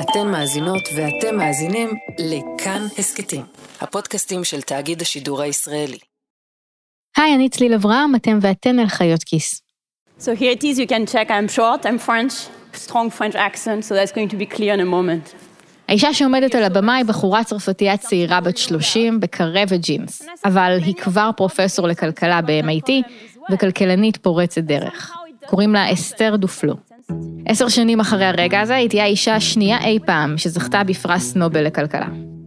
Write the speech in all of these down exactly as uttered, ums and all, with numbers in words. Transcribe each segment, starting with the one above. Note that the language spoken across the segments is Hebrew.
אתן מאזינות ואתם מאזינים לכאן הסקטים, הפודקאסטים של תאגיד השידור הישראלי. היי, אני צליל אברהם, אתם ואתן על חיות כיס. So here it is, you can check I'm short, I'm French, strong French accent, so that's going to be clear in a moment. האישה שעומדת על הבמה היא בחורה צרפתייה צעירה בת שלושים בקרה וג'ינס, אבל היא כבר פרופסור לכלכלה ב-אם איי טי וכלכלנית פורצת דרך. קוראים לה אסתר דופלו. עשר שנים אחרי הרגע הזה, היא תהיה האישה השנייה אי פעם שזכתה בפרס נובל לכלכלה.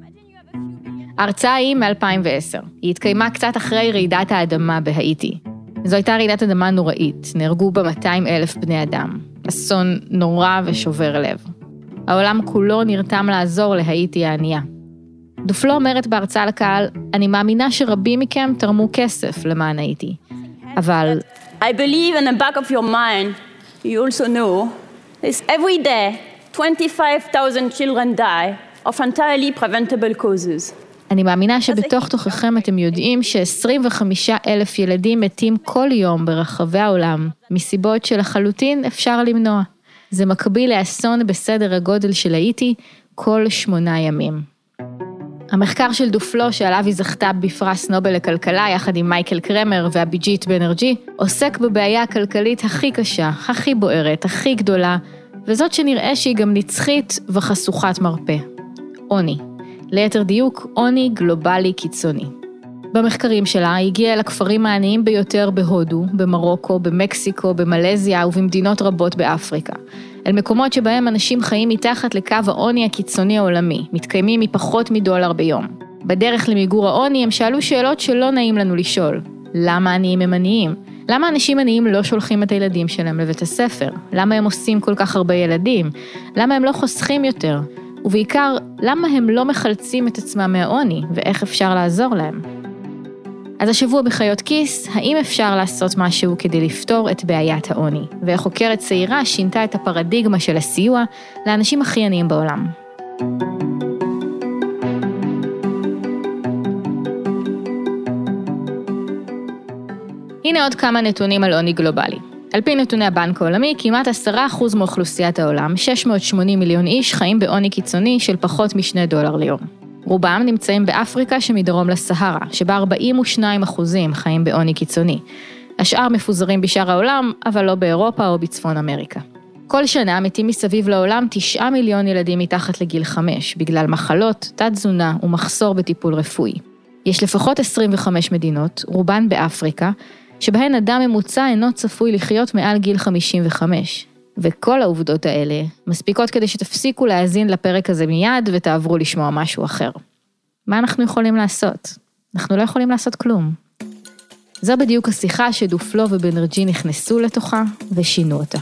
ההרצאה היא מ-אלפיים ועשר. היא התקיימה קצת אחרי רעידת האדמה בהאיטי. זו הייתה רעידת אדמה נוראית, נהרגו בה מאתיים אלף בני אדם. אסון נורא ושובר לב. העולם כולו נרתם לעזור להאיטי הענייה. דופלו אומרת בהרצאה לקהל, אני מאמינה שרבים מכם תרמו כסף למען האיטי. אבל... I believe in the back of your mind, you also know, that every day, twenty-five thousand children die of entirely preventable causes. אני מאמינה שבתוך תוככם אתם יודעים ש-עשרים וחמישה אלף ילדים מתים כל יום ברחבי העולם, מסיבות שלחלוטין אפשר למנוע. זה מקביל לאסון בסדר הגודל של האיטי כל שמונה ימים. המחקר של דופלו שעליו היא זכתה בפרס נובל לכלכלה יחד עם מייקל קרמר והביג'יט בנרג'י, עוסק בבעיה הכלכלית הכי קשה, הכי בוערת, הכי גדולה, וזאת שנראה שהיא גם נצחית וחשוכת מרפא. עוני. ליתר דיוק, עוני גלובלי קיצוני. במחקרים שלה היא הגיעה לכפרים העניים ביותר בהודו, במרוקו, במקסיקו, במלזיה ובמדינות רבות באפריקה. אל מקומות שבהם אנשים חיים מתחת לקו העוני הקיצוני העולמי, מתקיימים מפחות מדולר ביום. בדרך למיגור העוני הם שאלו שאלות שלא נעים לנו לשאול. למה עניים הם עניים? למה אנשים עניים לא שולחים את הילדים שלהם לבית הספר? למה הם עושים כל כך הרבה ילדים? למה הם לא חוסכים יותר? ובעיקר, למה הם לא מחלצים את עצמם מהעוני, ואיך אפשר לעזור להם? אז השבוע בחיות כיס, האם אפשר לעשות משהו כדי לפתור את בעיית העוני? ואיך חוקרת צעירה שינתה את הפרדיגמה של הסיוע לאנשים הכי עניים בעולם. הנה עוד כמה נתונים על עוני גלובלי. על פי נתוני הבנק העולמי, כמעט עשרה אחוז מאוכלוסיית העולם, שש מאות ושמונים מיליון איש, חיים בעוני קיצוני של פחות משני דולר ליום. רובם נמצאים באפריקה שמדרום לסהרה, שבה ארבעים ושניים אחוזים חיים בעוני קיצוני. השאר מפוזרים בשאר העולם, אבל לא באירופה או בצפון אמריקה. כל שנה מתים מסביב לעולם תשעה מיליון ילדים מתחת לגיל חמש, בגלל מחלות, תת-תזונה ומחסור בטיפול רפואי. יש לפחות עשרים וחמש מדינות, רובן באפריקה, שבהן אדם ממוצע אינו צפוי לחיות מעל גיל חמישים וחמש. וכל העובדות האלה מספיקות כדי שתפסיקו להאזין לפרק הזה מיד ותעברו לשמוע משהו אחר. מה אנחנו יכולים לעשות? אנחנו לא יכולים לעשות כלום. זו בדיוק השיחה שדופלו ובנרג'י נכנסו לתוכה ושינו אותה.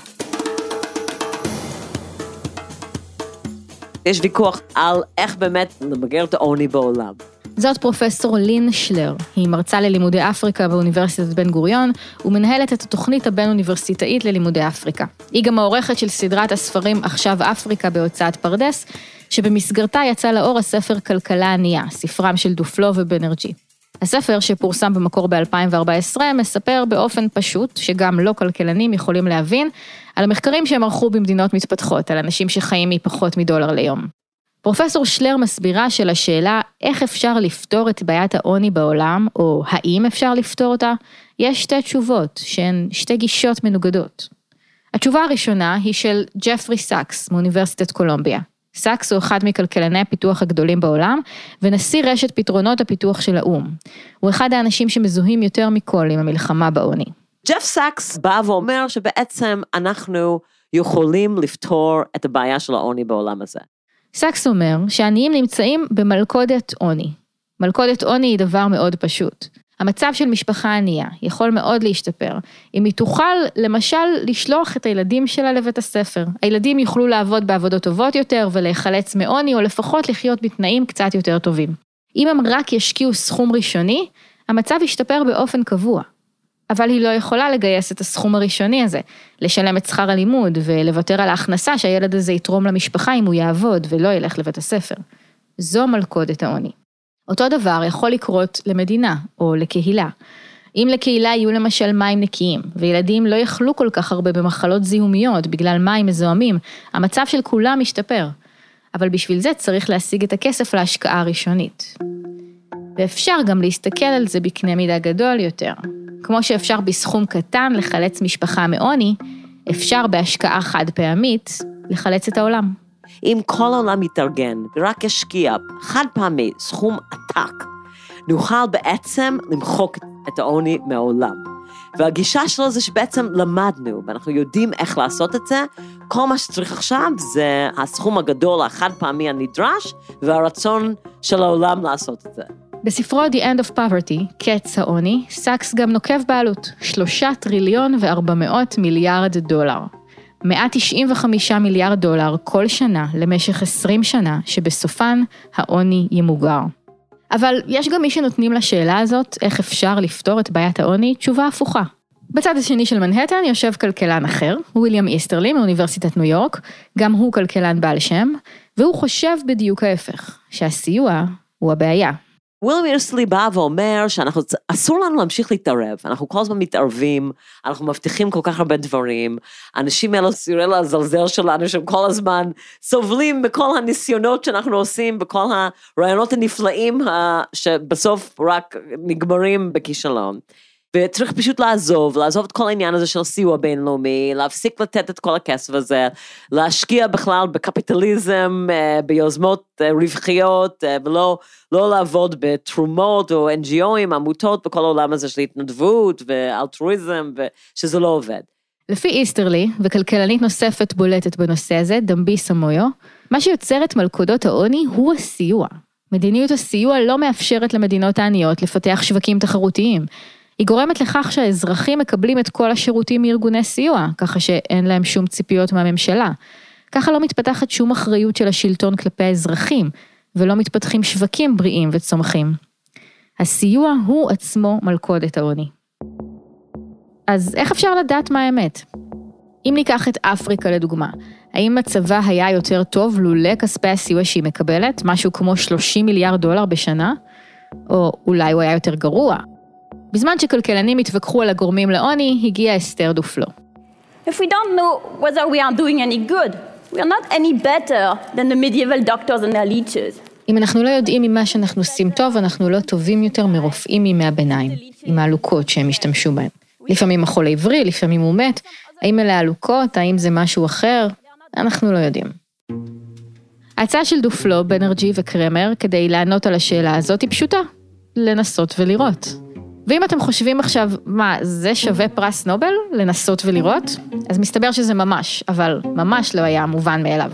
יש ויכוח על איך באמת למגר את העוני בעולם. זאת פרופסור לין שלר, היא מרצה ללימודי אפריקה באוניברסיטת בן גוריון, ומנהלת את התוכנית הבין-אוניברסיטאית ללימודי אפריקה. היא גם העורכת של סדרת הספרים עכשיו אפריקה בהוצאת פרדס, שבמסגרתה יצא לאור הספר כלכלה ענייה, ספרם של דופלו ובנרג'י. הספר שפורסם במקור ב-אלפיים וארבע עשרה מספר באופן פשוט, שגם לא כלכלנים יכולים להבין, על המחקרים שהם ערכו במדינות מתפתחות, על אנשים שחיים מפחות מדולר ליום. פרופסור שלר מסבירה שלשאלה איך אפשר לפתור את בעיית העוני בעולם, או האם אפשר לפתור אותה, יש שתי תשובות שהן שתי גישות מנוגדות. התשובה הראשונה היא של ג'פרי סאקס מאוניברסיטת קולומביה. סאקס הוא אחד מכלכלני הפיתוח הגדולים בעולם, ונשיא רשת פתרונות הפיתוח של האום. הוא אחד האנשים שמזוהים יותר מכל עם המלחמה בעוני. ג'ף סאקס בא ואומר שבעצם אנחנו יכולים לפתור את הבעיה של העוני בעולם הזה. סאקס אומר שהעניים נמצאים במלכודת עוני. מלכודת עוני היא דבר מאוד פשוט. המצב של משפחה ענייה יכול מאוד להשתפר, אם היא תוכל למשל לשלוח את הילדים שלה לבית הספר. הילדים יוכלו לעבוד בעבודות טובות יותר ולהיחלץ מעוני, או לפחות לחיות בתנאים קצת יותר טובים. אם הם רק ישקיעו סכום ראשוני, המצב ישתפר באופן קבוע. אבל היא לא יכולה לגייס את הסכום הראשוני הזה, לשלם את שכר הלימוד ולוותר על ההכנסה שהילד הזה יתרום למשפחה אם הוא יעבוד ולא ילך לבית הספר. זו מלכודת העוני. אותו דבר יכול לקרות למדינה או לקהילה. אם לקהילה יהיו למשל מים נקיים, וילדים לא יכלו כל כך הרבה במחלות זיהומיות בגלל מים מזוהמים, המצב של כולם משתפר. אבל בשביל זה צריך להשיג את הכסף להשקעה הראשונית. ואפשר גם להסתכל על זה בקנה מידה גדול יותר. כמו שאפשר בסכום קטן לחלץ משפחה מעוני, אפשר בהשקעה חד פעמית לחלץ את העולם. אם כל העולם יתארגן ורק ישקיע חד פעמי סכום עתק, נוכל בעצם למחוק את העוני מהעולם. והגישה שלו זה שבעצם למדנו, ואנחנו יודעים איך לעשות את זה, כל מה שצריך עכשיו זה הסכום הגדול, החד פעמי הנדרש, והרצון של העולם לעשות את זה. בספרו The End of Poverty, קץ העוני, סאקס גם נוקב בעלות, שלושה טריליון וארבע מאות מיליארד דולר. מאה תשעים וחמישה מיליארד דולר כל שנה למשך עשרים שנה, שבסופן העוני ימוגר. אבל יש גם מי שנותנים לשאלה הזאת, איך אפשר לפתור את בעיית העוני, תשובה הפוכה. בצד השני של מנהטן יושב כלכלן אחר, וויליאם איסטרלי מאוניברסיטת ניו יורק, גם הוא כלכלן בעל שם, והוא חושב בדיוק ההפך, שהסיוע הוא הבעיה. וויליאם איסטרלי בא ואומר שאנחנו, אסור לנו להמשיך להתערב, אנחנו כל הזמן מתערבים, אנחנו מבטיחים כל כך הרבה דברים, אנשים אלו סירל הזלזל שלנו, שהם כל הזמן סובלים בכל הניסיונות שאנחנו עושים, בכל הרעיונות הנפלאים שבסוף רק נגמרים בכישלון. וצריך פשוט לעזוב, לעזוב את כל העניין הזה של סיוע בינלאומי, להפסיק לתת את כל הכסף הזה, להשקיע בכלל בקפיטליזם, ביוזמות רווחיות, ולא לא לעבוד בתרומות או אן ג'י או'ים, עמותות, בכל העולם הזה של התנדבות ואלטרואיזם, שזה לא עובד. לפי איסטרלי, וכלכלנית נוספת בולטת בנושא הזה, דמבי סמויו, מה שיוצר את מלכודות העוני הוא הסיוע. מדיניות הסיוע לא מאפשרת למדינות העניות לפתח שווקים תחרותיים, היא גורמת לכך שהאזרחים מקבלים את כל השירותים מארגוני סיוע, ככה שאין להם שום ציפיות מהממשלה. ככה לא מתפתחת שום אחריות של השלטון כלפי האזרחים, ולא מתפתחים שווקים בריאים וצומחים. הסיוע הוא עצמו מלכודת העוני. אז איך אפשר לדעת מה האמת? אם ניקח את אפריקה לדוגמה, האם מצבה היה יותר טוב לולא כספי הסיוע שהיא מקבלת, משהו כמו שלושים מיליארד דולר בשנה? או אולי הוא היה יותר גרוע? בזמן שכלכלנים התווכחו על הגורמים לעוני, הגיע אסתר דופלו. If we don't know whether we are doing any good, we are not any better than the medieval doctors and their leeches. אם אנחנו לא יודעים ממה שאנחנו עושים טוב, אנחנו לא טובים יותר מרופאים מימי הביניים, עם העלוקות שהם השתמשו בהם. לפעמים החולה עברי, לפעמים הוא מת. האם אלה העלוקות, האם זה משהו אחר? אנחנו לא יודעים. ההצעה של דופלו, בנרג'י וקרמר, כדי לענות על השאלה הזאת, היא פשוטה. לנסות ולראות. ואם אתם חושבים עכשיו, מה, זה שווה פרס נובל? לנסות ולראות? אז מסתבר שזה ממש, אבל ממש לא היה מובן מאליו.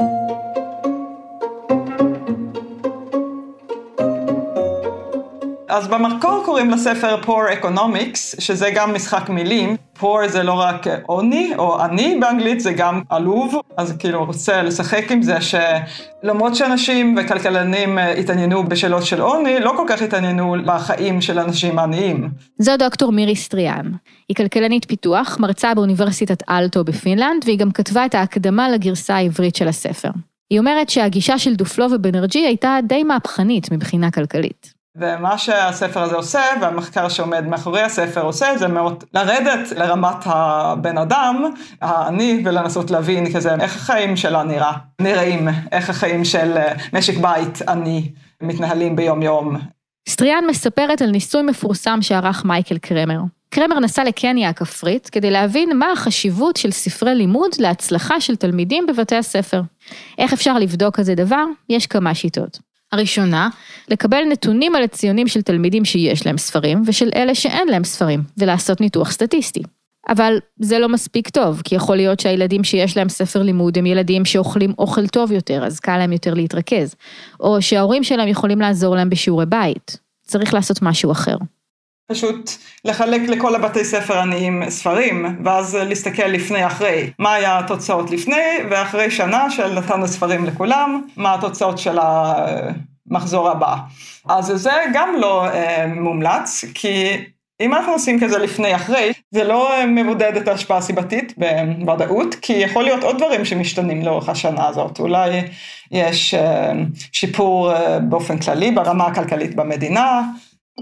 אז במקור קוראים לספר Poor Economics, שזה גם משחק מילים. Poor זה לא רק עוני או עני, באנגלית זה גם עלוב, אז כאילו רוצה לשחק עם זה שלמרות שאנשים וכלכלנים התעניינו בשאלות של עוני, לא כל כך התעניינו בחיים של אנשים עניים. זו דוקטור מירי סטריאן. היא כלכלנית פיתוח, מרצה באוניברסיטת אלטו בפינלנד, והיא גם כתבה את ההקדמה לגרסה העברית של הספר. היא אומרת שהגישה של דופלו ובנרג'י הייתה די מהפכנית מבחינה כלכלית. ומה שהספר הזה עושה, והמחקר שעומד מאחורי הספר עושה, זה מאוד לרדת לרמת הבן אדם, העני, ולנסות להבין כזה, איך החיים שלה נראה, נראים, איך החיים של משק בית עני מתנהלים ביום יום. סטריאן מספרת על ניסוי מפורסם שערך מייקל קרמר. קרמר נסע לקניה הכפרית כדי להבין מה החשיבות של ספרי לימוד להצלחה של תלמידים בבתי הספר. איך אפשר לבדוק כזה דבר? יש כמה שיטות. הראשונה, לקבל נתונים על הציונים של תלמידים שיש להם ספרים, ושל אלה שאין להם ספרים, ולעשות ניתוח סטטיסטי. אבל זה לא מספיק טוב, כי יכול להיות שהילדים שיש להם ספר לימוד הם ילדים שאוכלים אוכל טוב יותר, אז קל להם יותר להתרכז, או שההורים שלהם יכולים לעזור להם בשיעורי בית. צריך לעשות משהו אחר. פשוט לחלק לכל הבתי ספר עניים ספרים, ואז להסתכל לפני אחרי. מה היה התוצאות לפני, ואחרי שנה של נתנו ספרים לכולם, מה התוצאות של המחזור הבא. אז זה גם לא אה, מומלץ, כי אם אנחנו עושים כזה לפני אחרי, זה לא מבודד את ההשפעה הסיבתית בוודאות, כי יכול להיות עוד דברים שמשתנים לאורך השנה הזאת. אולי יש אה, שיפור אה, באופן כללי ברמה הכלכלית במדינה,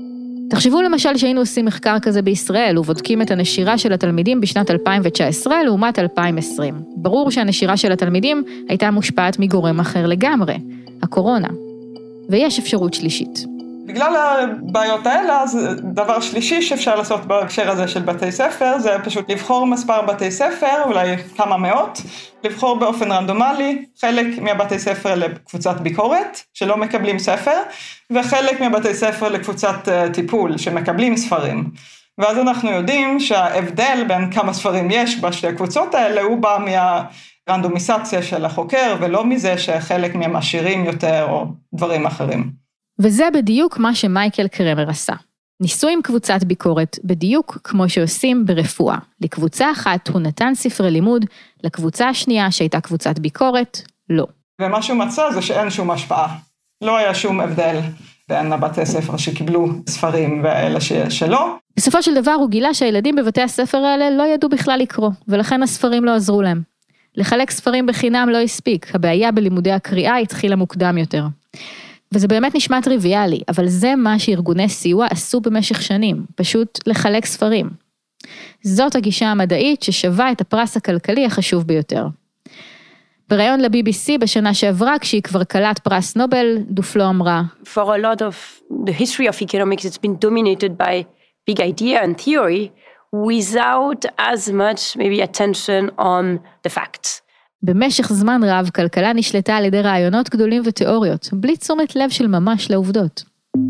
תחשבו למשל שהיינו עושים מחקר כזה בישראל ובודקים את הנשירה של התלמידים בשנת אלפיים תשע עשרה לעומת אלפיים עשרים. ברור שהנשירה של התלמידים הייתה מושפעת מגורם אחר לגמרי, הקורונה. ויש אפשרות שלישית. בגלל הבעיות האלה, אז דבר שלישי שאפשר לעשות בהקשר הזה של בתי ספר, זה פשוט לבחור מספר בתי ספר, אולי כמה מאות, לבחור באופן רנדומלי חלק מהבתי ספר לקבוצת ביקורת, שלא מקבלים ספר, וחלק מהבתי ספר לקבוצת טיפול, שמקבלים ספרים. ואז אנחנו יודעים שההבדל בין כמה ספרים יש בשתי הקבוצות האלה, הוא בא מהרנדומיסציה של החוקר, ולא מזה שחלק מהם עשירים יותר או דברים אחרים. וזה בדיוק מה שמייקל קרמר עשה. ניסו עם קבוצת ביקורת בדיוק כמו שעושים ברפואה. לקבוצה אחת הוא נתן ספרי לימוד, לקבוצה השנייה שהייתה קבוצת ביקורת, לא. ומה שהוא מצא זה שאין שום השפעה. לא היה שום הבדל בין הבתי ספר שקיבלו ספרים ואלה שלא. בסופו של דבר הוא גילה שהילדים בבתי הספר האלה לא ידעו בכלל לקרוא, ולכן הספרים לא עזרו להם. לחלק ספרים בחינם לא הספיק, הבעיה בלימודי הקריאה התחילה מוקדם יותר. וזה באמת נשמע טריוויאלי, אבל זה מה שארגוני סיוע עשו במשך שנים, פשוט לחלק ספרים. זאת הגישה המדעית ששווה את הפרס הכלכלי החשוב ביותר. בראיון ל-בי בי סי בשנה שעברה, כשהיא כבר קלת פרס נובל, דופלו אמרה, For a lot of the history of economics, it's been dominated by big idea and theory, without as much maybe attention on the facts. במשך זמן רב, כלכלה נשלטה על ידי רעיונות גדולים ותיאוריות, בלי תשומת לב של ממש לעובדות.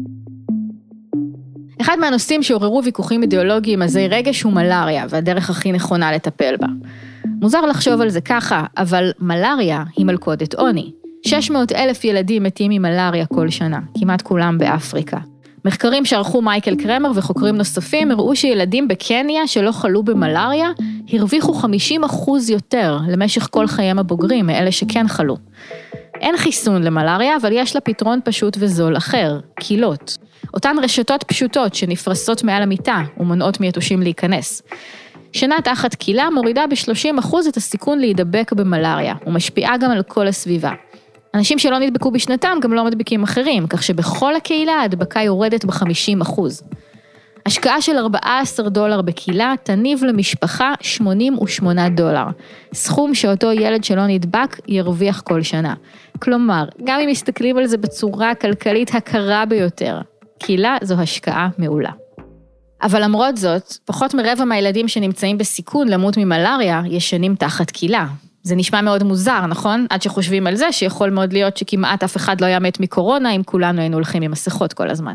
אחד מהנושאים שעוררו ויכוחים אידיאולוגיים עזי רגש הוא מלריה, והדרך הכי נכונה לטפל בה. מוזר לחשוב על זה ככה, אבל מלריה היא מלכודת עוני. שש מאות אלף ילדים מתים ממלריה כל שנה, כמעט כולם באפריקה. מחקרים שערכו מייקל קרמר וחוקרים נוספים הראו שילדים בקניה שלא חלו במלריה הרוויחו חמישים אחוז יותר למשך כל חייהם הבוגרים מאלה שכן חלו. אין חיסון למלריה, אבל יש לה פתרון פשוט וזול אחר, קילות. אותן רשתות פשוטות שנפרסות מעל המיטה ומונעות מיתושים להיכנס. שינה תחת קילה מורידה ב-שלושים אחוז את הסיכון להידבק במלריה, ומשפיעה גם על כל הסביבה. אנשים שלא נדבקו בשנתם גם לא מדביקים אחרים, כך שבכל הקהילה ההדבקה יורדת ב-חמישים אחוז. השקעה של ארבעה עשר דולר בקהילה תניב למשפחה שמונים ושמונה דולר, סכום שאותו ילד שלא נדבק ירוויח כל שנה. כלומר, גם אם מסתכלים על זה בצורה כלכלית הקרה ביותר, קהילה זו השקעה מעולה. אבל למרות זאת, פחות מרבע מהילדים שנמצאים בסיכון למות ממלריה ישנים תחת קהילה. זה נשמע מאוד מוזר, נכון? עד שחושבים על זה שיכול מאוד להיות שכמעט אף אחד לא היה מת מקורונה אם כולנו היינו הולכים עם מסכות כל הזמן.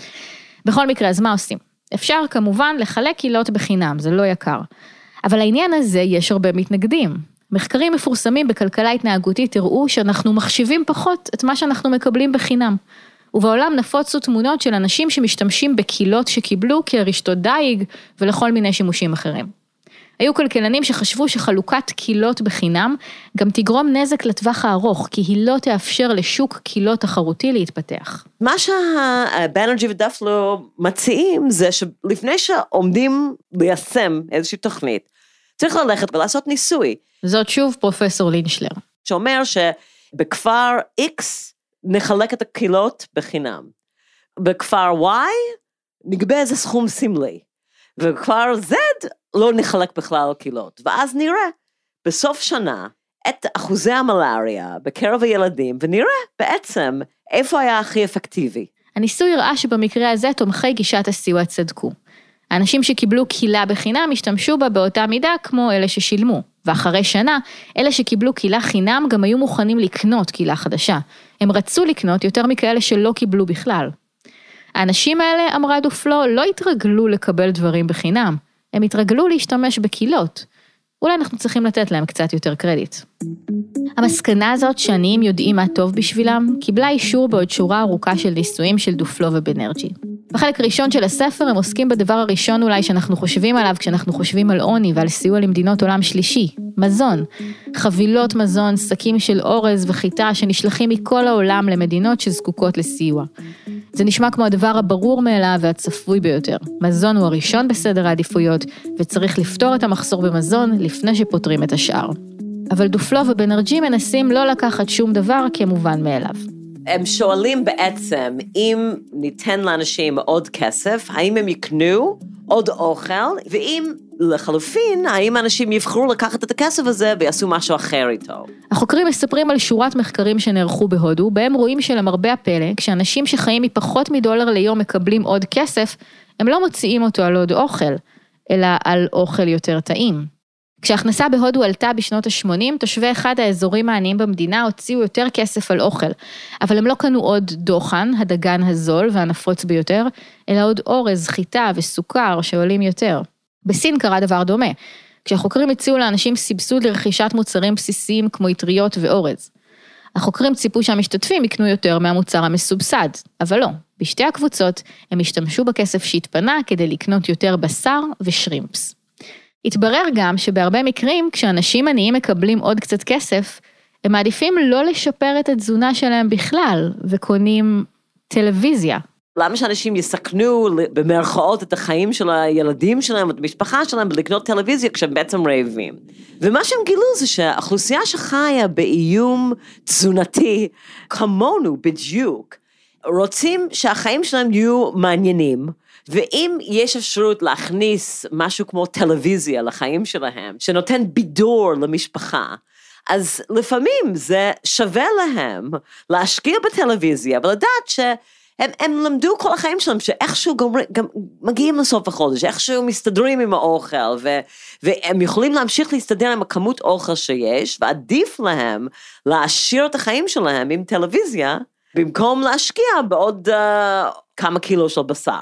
בכל מקרה, אז מה עושים? אפשר כמובן לחלק קהילות בחינם, זה לא יקר. אבל העניין הזה יש הרבה מתנגדים. מחקרים מפורסמים בכלכלה התנהגותית הראו שאנחנו מחשיבים פחות את מה שאנחנו מקבלים בחינם. ובעולם נפוצו תמונות של אנשים שמשתמשים בקהילות שקיבלו כרשתות דייג ולכל מיני שימושים אחרים. היו כלכלנים שחשבו שחלוקת קהילות בחינם גם תגרום נזק לטווח הארוך, כי היא לא תאפשר לשוק קהילות תחרותי להתפתח. מה שבנרג'י ודפלו מציעים זה שלפני שעומדים ליישם איזושהי תוכנית, צריך ללכת ולעשות ניסוי. זאת שוב פרופסור לינשלר. שאומר שבכפר X נחלק את הקהילות בחינם. בכפר Y נגבה איזה סכום סמלי. ובכפר Z לא נחלק בכלל קהילות. ואז נראה בסוף שנה את אחוזי המלריה בקרב הילדים, ונראה בעצם איפה היה הכי אפקטיבי. הניסוי הראה שבמקרה הזה תומכי גישת הסיוע צדקו. האנשים שקיבלו קהילה בחינם השתמשו בה באותה מידה כמו אלה ששילמו. ואחרי שנה, אלה שקיבלו קהילה חינם גם היו מוכנים לקנות קהילה חדשה. הם רצו לקנות יותר מכאלה שלא קיבלו בכלל. האנשים האלה, אמרה דופלו, לא התרגלו לקבל דברים בחינם. הם התרגלו להשתמש בקהילות. אולי אנחנו צריכים לתת להם קצת יותר קרדיט. המסקנה הזאת שעניים יודעים מה טוב בשבילם, קיבלה אישור בעוד שורה ארוכה של ניסויים של דופלו ובנרג'י. בחלק הראשון של הספר הם עוסקים בדבר הראשון אולי שאנחנו חושבים עליו כשאנחנו חושבים על עוני ועל סיוע למדינות עולם שלישי, מזון. חבילות מזון, שקים של אורז וחיטה שנשלחים מכל העולם למדינות שזקוקות לסיוע. זה נשמע כמו הדבר הברור מאליו והצפוי ביותר. מזון הוא הראשון בסדר העדיפויות וצריך לפתור את המחסור במזון לפני שפותרים את השאר. אבל דופלו ובנרג'י מנסים לא לקחת שום דבר כמובן מאליו. הם שואלים בעצם, אם ניתן לאנשים עוד כסף, האם הם יקנו עוד אוכל, ואם לחלופין, האם אנשים יבחרו לקחת את הכסף הזה ויעשו משהו אחר איתו. החוקרים מספרים על שורת מחקרים שנערכו בהודו, בהם רואים שלמרבה הפלא, כשאנשים שחיים מפחות מדולר ליום מקבלים עוד כסף, הם לא מוציאים אותו על עוד אוכל, אלא על אוכל יותר טעים. כשההכנסה בהודו עלתה בשנות ה-שמונים, תושבי אחד האזורים העניים במדינה הוציאו יותר כסף על אוכל, אבל הם לא קנו עוד דוחן, הדגן הזול והנפוץ ביותר, אלא עוד אורז, חיטה וסוכר שעולים יותר. בסין קרה דבר דומה, כשהחוקרים הציעו לאנשים סבסוד לרכישת מוצרים בסיסיים כמו יטריות ואורז. החוקרים ציפו שהמשתתפים יקנו יותר מהמוצר המסובסד, אבל לא, בשתי הקבוצות הם השתמשו בכסף שהתפנה כדי לקנות יותר בשר ושרימפס. התברר גם שבהרבה מקרים, כשאנשים עניים מקבלים עוד קצת כסף, הם מעדיפים לא לשפר את התזונה שלהם בכלל, וקונים טלוויזיה. למה שאנשים יסכנו במרכאות את החיים של הילדים שלהם, את המשפחה שלהם, לקנות טלוויזיה כשהם בעצם רעבים? ומה שהם גילו זה שהאוכלוסייה שחיה באיום תזונתי, כמונו בדיוק, רוצים שהחיים שלהם יהיו מעניינים, ואם יש אפשרות להכניס משהו כמו טלוויזיה לחיים שלהם, שנותן בידור למשפחה, אז לפעמים זה שווה להם להשקיע בטלוויזיה, ולדעת שהם הם למדו כל החיים שלהם, שאיכשהו גם, גם מגיעים לסוף החודש, איכשהו מסתדרים עם האוכל, ו, והם יכולים להמשיך להסתדר עם הכמות אוכל שיש, ועדיף להם להשאיר את החיים שלהם עם טלוויזיה, במקום להשקיע בעוד uh, כמה קילו של בשר.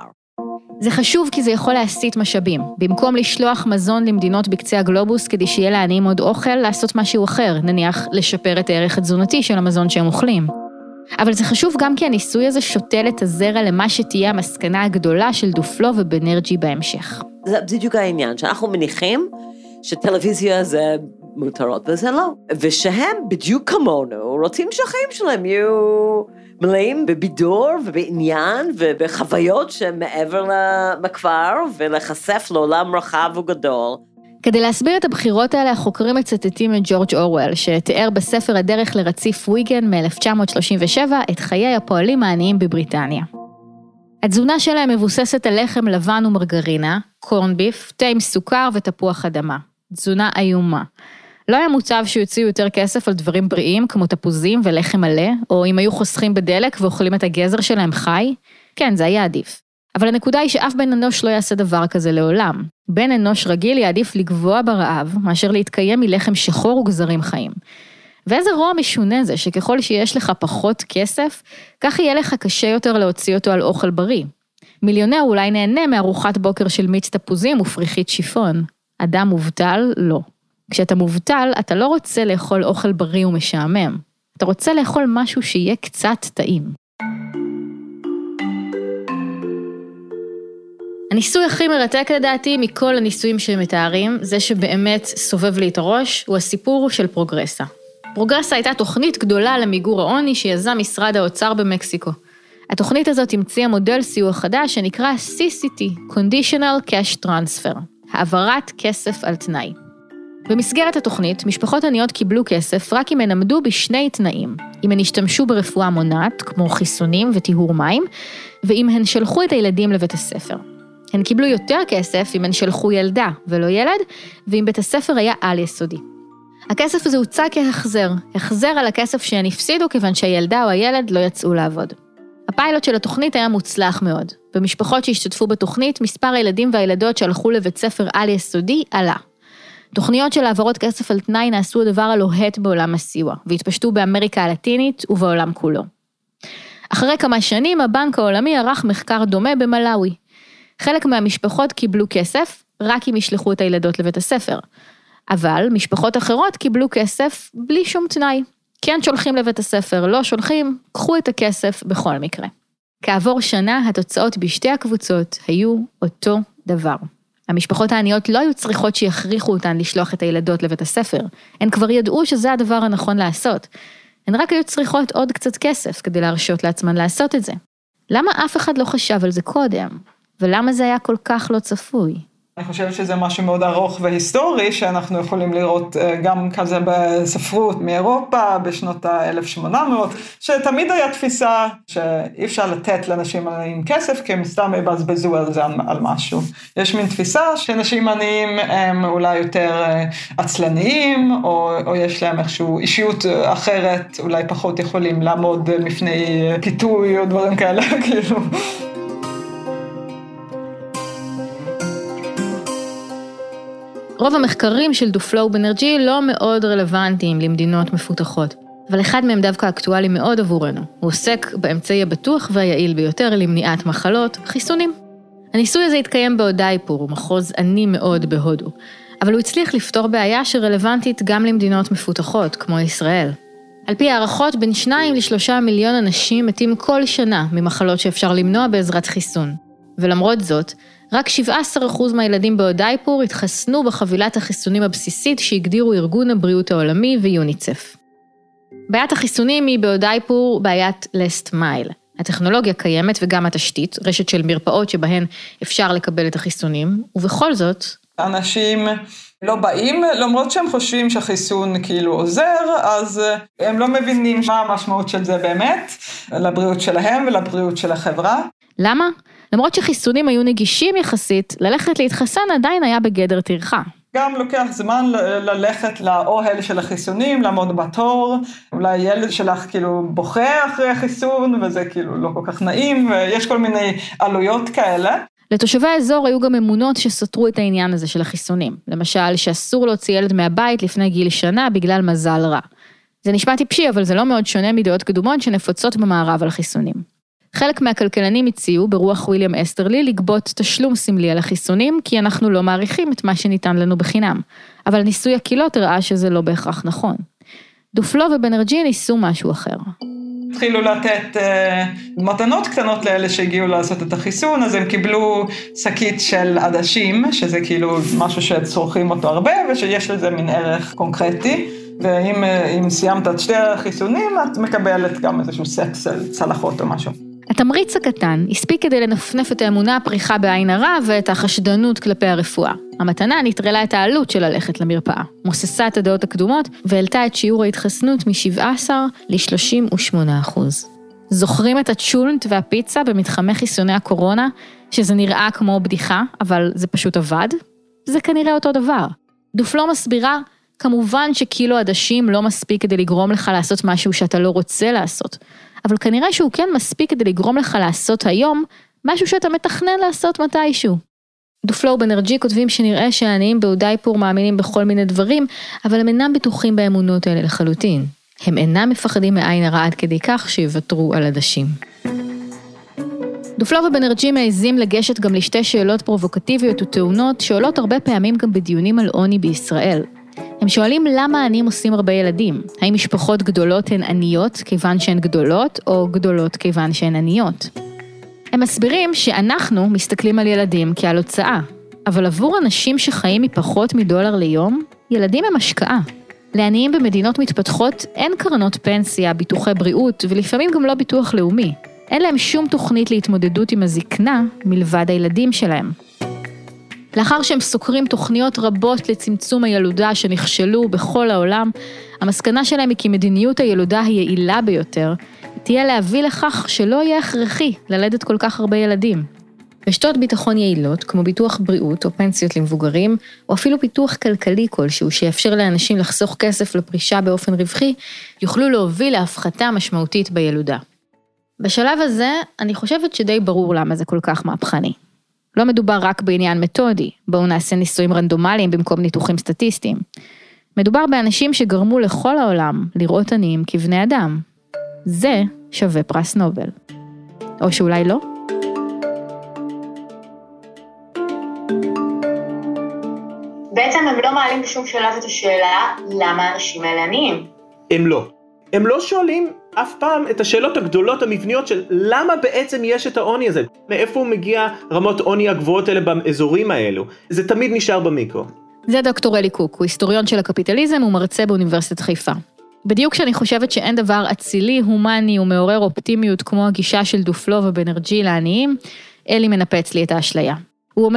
זה חשוב כי זה יכול להסיט משאבים. במקום לשלוח מזון למדינות בקצה הגלובוס כדי שיהיה לעניים עוד אוכל, לעשות משהו אחר, נניח לשפר את הערך התזונתי של המזון שהם אוכלים. אבל זה חשוב גם כי הניסוי הזה שותל את הזרע למה שתהיה המסקנה הגדולה של דופלו ובנרג'י בהמשך. זה בדיוק העניין, שאנחנו מניחים שטלוויזיה זה מותרות וזה לא. ושהם בדיוק כמונו רוצים שהחיים שלהם יהיו מלאים בבידור ובעניין ובחוויות שמעבר לכפר ולחשף לעולם רחב וגדול. כדי להסביר את הבחירות האלה, החוקרים מצטטים את ג'ורג' אורוול, שתיאר בספר הדרך לרציף ויגן מ-אלף תשע מאות שלושים ושבע את חיי הפועלים העניים בבריטניה. התזונה שלהם מבוססת על לחם לבן ומרגרינה, קורן ביף, תה עם סוכר ותפוח אדמה. תזונה איומה. לא היה מוצב שיוציאו יותר כסף על דברים בריאים, כמו תפוזים ולחם מלא, או אם היו חוסכים בדלק ואוכלים את הגזר שלהם חי. כן, זה היה עדיף. אבל הנקודה היא שאף בן אנוש לא יעשה דבר כזה לעולם. בן אנוש רגיל יעדיף לגבוע ברעב, מאשר להתקיים מלחם שחור וגזרים חיים. ואיזה רוע משונה זה, שככל שיש לך פחות כסף, כך יהיה לך קשה יותר להוציא אותו על אוכל בריא. מיליונר אולי נהנה מארוחת בוקר של מיץ תפוזים ופריחית שיפון. אדם מובטל, לא. כשאתה מובטל, אתה לא רוצה לאכול אוכל בריא ומשעמם. אתה רוצה לאכול משהו שיהיה קצת טעים. הניסוי הכי מרתק לדעתי מכל הניסויים שמתארים, זה שבאמת סובב לי את הראש, הוא הסיפור של פרוגרסה. פרוגרסה הייתה תוכנית גדולה למיגור העוני שיזם משרד האוצר במקסיקו. התוכנית הזאת המציאה מודל סיוע חדש שנקרא סי סי טי, Conditional Cash Transfer, העברת כסף על תנאי. במסגרת התוכנית, משפחות עניות קיבלו כסף רק אם הן עמדו בשני תנאים, אם הן השתמשו ברפואה מונעת, כמו חיסונים וטיהור מים, ואם הן שלחו את הילדים לבית הספר. הן קיבלו יותר כסף אם הן שלחו ילדה ולא ילד, ואם בית הספר היה על יסודי. הכסף הזה הוצא כהחזר, החזר על הכסף שהן הפסידו כיוון שהילדה או הילד לא יצאו לעבוד. הפיילוט של התוכנית היה מוצלח מאוד. במשפחות שהשתתפו בתוכנית, מספר הילדים והילדות שהלכו לבית ספר על יסודי עלה. תוכניות של העברות כסף על תנאי נעשו הדבר הלוהט בעולם הסיוע, והתפשטו באמריקה הלטינית ובעולם כולו. אחרי כמה שנים, הבנק העולמי ערך מחקר דומה במלאווי. חלק מהמשפחות קיבלו כסף רק אם ישלחו את הילדות לבית הספר. אבל משפחות אחרות קיבלו כסף בלי שום תנאי. כן שולחים לבית הספר, לא שולחים, קחו את הכסף בכל מקרה. כעבור שנה, התוצאות בשתי הקבוצות היו אותו דבר. המשפחות העניות לא היו צריכות שיכריחו אותן לשלוח את הילדות לבית הספר. הן כבר ידעו שזה הדבר הנכון לעשות. הן רק היו צריכות עוד קצת כסף כדי להרשות לעצמן לעשות את זה. למה אף אחד לא חשב על זה קודם? ולמה זה היה כל כך לא צפוי? אני חושבת שזה משהו מאוד ארוך והיסטורי, שאנחנו יכולים לראות גם כזה בספרות מאירופה, בשנות ה-אלף שמונה מאות, שתמיד היה תפיסה שאי אפשר לתת לאנשים עניים כסף, כי הם סתם יבזבזו על זה על משהו. יש מין תפיסה שאנשים עניים הם אולי יותר עצלניים, או, או יש להם איזושהי אישיות אחרת, אולי פחות יכולים לעמוד מפני פיתוי או דברים כאלה, כאילו. רוב המחקרים של דופלו בנרג'י לא מאוד רלוונטיים למדינות מפותחות, אבל אחד מהם דווקא אקטואלי מאוד עבורנו. הוא עוסק באמצעי הבטוח והיעיל ביותר למניעת מחלות, חיסונים. הניסוי הזה התקיים באודייפור, הוא מחוז עני מאוד בהודו, אבל הוא הצליח לפתור בעיה שרלוונטית גם למדינות מפותחות, כמו ישראל. על פי הערכות, בין שניים לשלושה מיליון אנשים מתים כל שנה ממחלות שאפשר למנוע בעזרת חיסון. ולמרות זאת, רק שבעה עשר אחוז מהילדים באודייפור התחסנו בחבילת החיסונים הבסיסית שהגדירו ארגון הבריאות העולמי ויוניצף. בעיית החיסונים היא באודייפור בעיית last mile. הטכנולוגיה קיימת וגם התשתית, רשת של מרפאות שבהן אפשר לקבל את החיסונים, ובכל זאת... אנשים לא באים, למרות שהם חושבים שהחיסון כאילו עוזר, אז הם לא מבינים מה המשמעות של זה באמת, לבריאות שלהם ולבריאות של החברה. למה? למרות שחיסונים היו נגישים יחסית, ללכת להתחסן עדיין היה בגדר טרחה. גם לוקח זמן ללכת לאוהל של החיסונים, לעמוד בתור, אולי ילד שלך כאילו בוכה אחרי החיסון, וזה כאילו לא כל כך נעים, ויש כל מיני עלויות כאלה. לתושבי האזור היו גם אמונות שסתרו את העניין הזה של החיסונים. למשל, שאסור להוציא ילד מהבית לפני גיל שנה בגלל מזל רע. זה נשמע טיפשי, אבל זה לא מאוד שונה מדעות קדומות שנפוצות במערב על חיסונים. חלק מהכלכלנים הציעו, ברוח וויליאם אסטרלי, לגבות תשלום סמלי על החיסונים, כי אנחנו לא מעריכים את מה שניתן לנו בחינם. אבל ניסוי הקילות הראה שזה לא בהכרח נכון. דופלו ובנרג'י ניסו משהו אחר. התחילו לתת אה, מתנות קטנות לאלה שהגיעו לעשות את החיסון, אז הם קיבלו שקית של עדשים, שזה כאילו משהו שצורכים אותו הרבה, ושיש לזה מין ערך קונקרטי. ואם אם סיימת את שתי החיסונים, את מקבלת גם איזשהו סט של צלחות או משהו. התמריץ הקטן הספיק כדי לנפנף את האמונה הפריחה בעין הרע ואת החשדנות כלפי הרפואה. המתנה נטרלה את העלות של ללכת למרפאה, מוססה את הדעות הקדומות והעלתה את שיעור ההתחסנות מ-שבעה עשר ל-שלושים ושמונה אחוז. זוכרים את הצ'ולנט והפיצה במתחמי חיסוני הקורונה, שזה נראה כמו בדיחה, אבל זה פשוט עבד? זה כנראה אותו דבר. דופלו מסבירה, כמובן שקילו עדשים לא מספיק כדי לגרום לך לעשות משהו שאתה לא רוצה לעשות, אבל כנראה שהוא כן מספיק כדי לגרום לך לעשות היום משהו שאתה מתכנן לעשות מתישהו. דופלו ובנרג'י כותבים שנראה שהעניים באודייפור מאמינים בכל מיני דברים, אבל הם אינם בטוחים באמונות האלה לחלוטין. הם אינם מפחדים מעין הרע עד כדי כך שיוותרו על עדשים. דופלו ובנרג'י מעזים לגשת גם לשתי שאלות פרובוקטיביות וטעונות שעולות הרבה פעמים גם בדיונים על עוני בישראל. הם שואלים למה העניים עושים הרבה ילדים. האם משפחות גדולות הן עניות כיוון שהן גדולות, או גדולות כיוון שהן עניות? הם מסבירים שאנחנו מסתכלים על ילדים כעל הוצאה, אבל עבור אנשים שחיים מפחות מדולר ליום, ילדים הם השקעה. לעניים במדינות מתפתחות אין קרנות פנסיה, ביטוחי בריאות, ולפעמים גם לא ביטוח לאומי. אין להם שום תוכנית להתמודדות עם הזקנה מלבד הילדים שלהם. לאחר שהם סוקרים תוכניות רבות לצמצום הילודה שנכשלו בכל העולם, המסקנה שלהם היא כי מדיניות הילודה היעילה ביותר, תהיה להביא לכך שלא יהיה הכרחי ללדת כל כך הרבה ילדים. רשתות ביטחון יעילות, כמו ביטוח בריאות או פנסיות למבוגרים, או אפילו פיתוח כלכלי כלשהו שיאפשר לאנשים לחסוך כסף לפרישה באופן רווחי, יוכלו להוביל להפחתה משמעותית בילודה. בשלב הזה, אני חושבת שדי ברור למה זה כל כך מהפכני. לא מדובר רק בעניין מתודי, בואו נעשה ניסויים רנדומליים במקום ניתוחים סטטיסטיים. מדובר באנשים שגרמו לכל העולם לראות עניים כבני אדם. זה שווה פרס נובל. או שאולי לא? בעצם הם לא מעלים בשום שלב את השאלה למה האנשים האלה עניים. הם לא. הם לא שואלים אף פעם את השאלות הגדולות המבניות של למה בעצם יש את העוני הזה, מאיפה מגיע רמות עוני הגבוהות האלה באזורים האלו. זה תמיד נשאר במיקרו. זה דוקטור אלי קוק, הוא היסטוריון של הקפיטליזם ומרצה באוניברסיטת חיפה. בדיוק שאני חושבת שאין דבר אצילי, הומני ומעורר אופטימיות כמו הגישה של דופלו ובנרג'י לעניים, אלי מנפץ לי את האשליה. הוא אומר,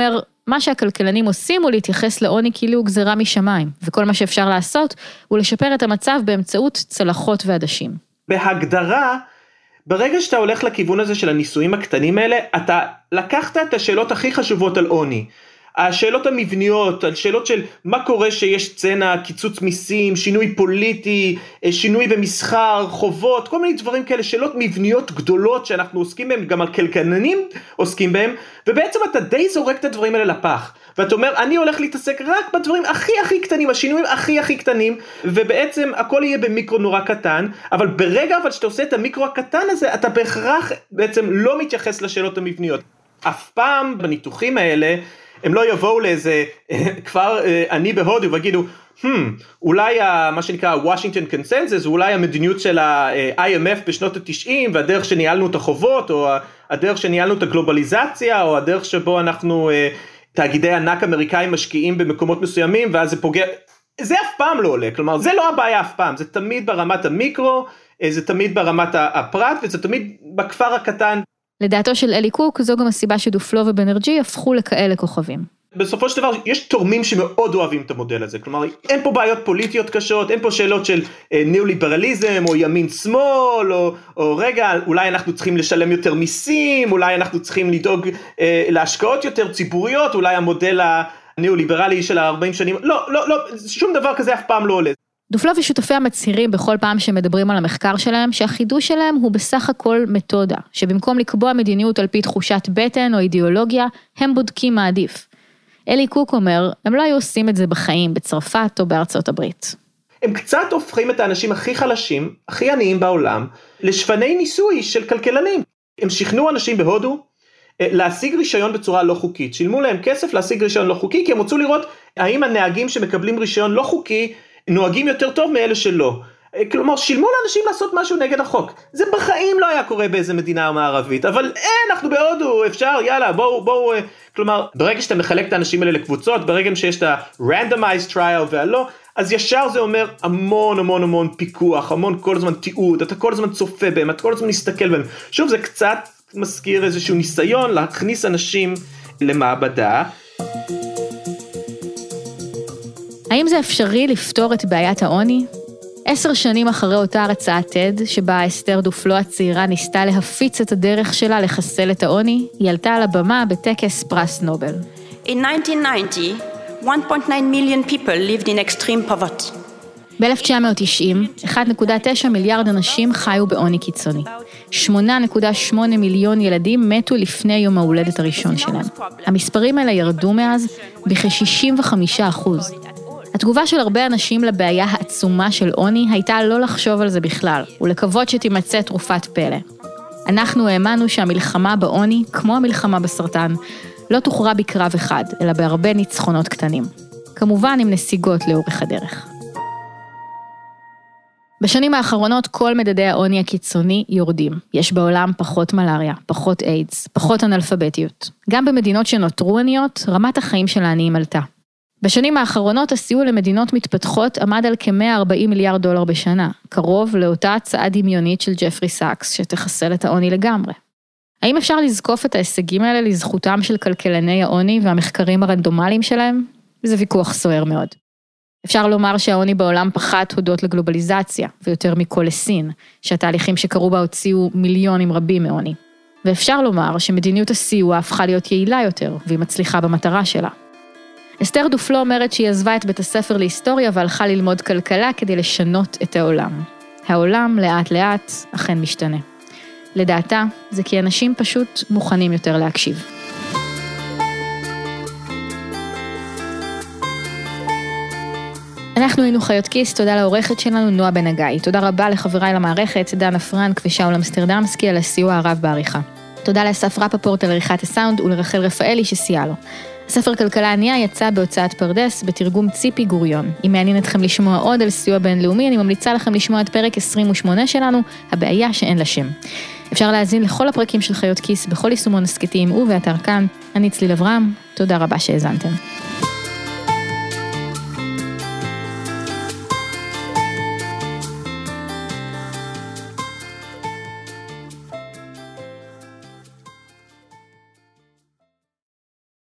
מה שהכלכלנים עושים הוא להתייחס לעוני כאילו הוא גזרה משמיים, וכל מה שאפשר לעשות הוא לשפר את המצב באמצעות צלחות ועדשים. בהגדרה, ברגע שאתה הולך לכיוון הזה של הניסויים הקטנים האלה, אתה לקחת את השאלות הכי חשובות על עוני. השאלות המבניות, השאלות של מה קורה שיש סצנה, קיצוץ מיסים, שינוי פוליטי, שינוי במסחר, חובות, כל מיני דברים כאלה, שאלות מבניות גדולות שאנחנו עוסקים בהם, גם הכלכלנים עוסקים בהם, ובעצם אתה די זורק את הדברים האלה לפח. ואתה אומר, אני הולך להתעסק רק בדברים הכי הכי קטנים, השינויים הכי הכי קטנים, ובעצם הכל יהיה במיקרו נורא קטן, אבל ברגע אבל שאתה עושה את המיקרו הקטן הזה, אתה בהכרח בעצם לא מתייחס לשאלות המבניות. אף פעם בניתוחים האלה, הם לא יבואו לאיזה כבר אני בהודו ויגידו, hmm, אולי מה שנקרא וושינגטון קונסנזוס, אולי המדיניות של ה-איי אם אף בשנות ה-תשעים, והדרך שניהלנו את החובות, או הדרך שניהלנו את הגלובליזציה, או הדרך שבו אנחנו תאגידי ענק אמריקאים משקיעים במקומות מסוימים, ואז זה פוגע, זה אף פעם לא עולה, כלומר זה לא הבעיה אף פעם, זה תמיד ברמת המיקרו, זה תמיד ברמת הפרט, וזה תמיד בכפר הקטן. לדעתו של אלי קוק, זו גם הסיבה שדופלו ובנרג'י הפכו לכאלה כוכבים. בסופו של דבר, יש תורמים שמאוד אוהבים את המודל הזה, כלומר, אין פה בעיות פוליטיות קשות, אין פה שאלות של אה, ניאו-ליברליזם, או ימין-שמאל, או, או רגע, אולי אנחנו צריכים לשלם יותר מיסים, אולי אנחנו צריכים לדאוג אה, להשקעות יותר ציבוריות, אולי המודל הניאו-ליברלי של ה-ארבעים שנים, לא, לא, לא, שום דבר כזה אף פעם לא עולה. דופלו ושותפיה מצהירים בכל פעם שמדברים על המחקר שלהם, שהחידוש שלהם הוא בסך הכל מתודה, שבמקום לקבוע מדיניות על פי תחושת בטן או אידיאולוגיה, הם בודקים מה עדיף. אלי קוק אומר, הם לא היו עושים את זה בחיים, בצרפת או בארצות הברית. הם קצת הופכים את האנשים הכי חלשים, הכי עניים בעולם, לשפני ניסוי של כלכלנים. הם שכנעו אנשים בהודו להשיג רישיון בצורה לא חוקית, שילמו להם כסף להשיג רישיון לא חוקי, כי הם רוצו לראות האם הנהגים שמקבלים רישיון לא חוקי, נוהגים יותר טוב מאלה שלא. כלומר, שילמו לאנשים לעשות משהו נגד החוק. זה בחיים לא היה קורה באיזה מדינה מערבית, אבל אין, אנחנו בהודו, אפשר, יאללה, בואו, בואו, כלומר, ברגע שאתה מחלק את האנשים האלה לקבוצות, ברגע שיש את ה-randomized trial והלא, אז ישר זה אומר המון המון המון פיקוח, המון כל הזמן תיעוד, אתה כל הזמן צופה בהם, אתה כל הזמן מסתכל בהם. שוב, זה קצת מזכיר איזשהו ניסיון להכניס אנשים למעבדה. האם זה אפשרי לפתור את בעיית העוני? עשר שנים אחרי אותה הרצאת TED, שבה אסתר דופלו הצעירה ניסתה להפיץ את הדרך שלה לחסל את העוני, היא עלתה על הבמה בטקס פרס נובל. In nineteen ninety, one point nine million people lived in extreme poverty. ב-אלף תשע מאות תשעים, אחד נקודה תשע מיליארד אנשים חיו בעוני קיצוני. שמונה נקודה שמונה מיליון ילדים מתו לפני יום ההולדת הראשון שלהם. המספרים האלה ירדו מאז בכ-שישים וחמישה אחוז. התגובה של הרבה אנשים לבעיה העצומה של עוני הייתה לא לחשוב על זה בכלל, ולקוות שתימצא תרופת פלא. אנחנו האמנו שהמלחמה בעוני, כמו המלחמה בסרטן, לא תוכרע בקרב אחד, אלא בהרבה ניצחונות קטנים. כמובן עם נסיגות לאורך הדרך. בשנים האחרונות כל מדדי העוני הקיצוני יורדים. יש בעולם פחות מלריה, פחות איידס, פחות אנאלפביתיות. גם במדינות שנותרו עניות, רמת החיים של העניים עלתה. בשנים האחרונות הסיוע למדינות מתפתחות עמד על כ-מאה וארבעים מיליארד דולר בשנה, קרוב לאותה הצעה דמיונית של ג'פרי סאקס שתחסל את העוני לגמרי. האם אפשר לזקוף את ההישגים האלה לזכותם של כלכלני העוני והמחקרים הרנדומליים שלהם? זה ויכוח סוער מאוד. אפשר לומר שהעוני בעולם פחת הודות לגלובליזציה, ויותר מכל לסין, שהתהליכים שקרו בה הוציאו מיליונים רבים מעוני. ואפשר לומר שמדיניות הסיוע הפכה להיות יעילה יותר, והיא מצליחה במטרה שלה. אסתר דופלו אומרת שהיא עזבה את בית הספר להיסטוריה והלכה ללמוד כלכלה כדי לשנות את העולם. העולם לאט לאט אכן משתנה. לדעתה זה כי אנשים פשוט מוכנים יותר להקשיב. אנחנו היינו חיות כיס, תודה לעורכת שלנו נועה בן הגיא. תודה רבה לחבריי למערכת, דנה פרנק ושאול אמסטרדמסקי על הסיוע הרב בעריכה. תודה לאסף רפפורט על עריכת הסאונד ולרחל רפאלי שסייע לו. הספר כלכלה ענייה יצא בהוצאת פרדס בתרגום ציפי גוריון. אם מעניין אתכם לשמוע עוד על סיוע בינלאומי, אני ממליצה לכם לשמוע את פרק עשרים ושמונה שלנו, הבעיה שאין לה שם. אפשר להאזין לכל הפרקים של חיות כיס בכל יישומון הסקטים ובאתר כאן. אני צליל אברהם, תודה רבה שהאזנתם.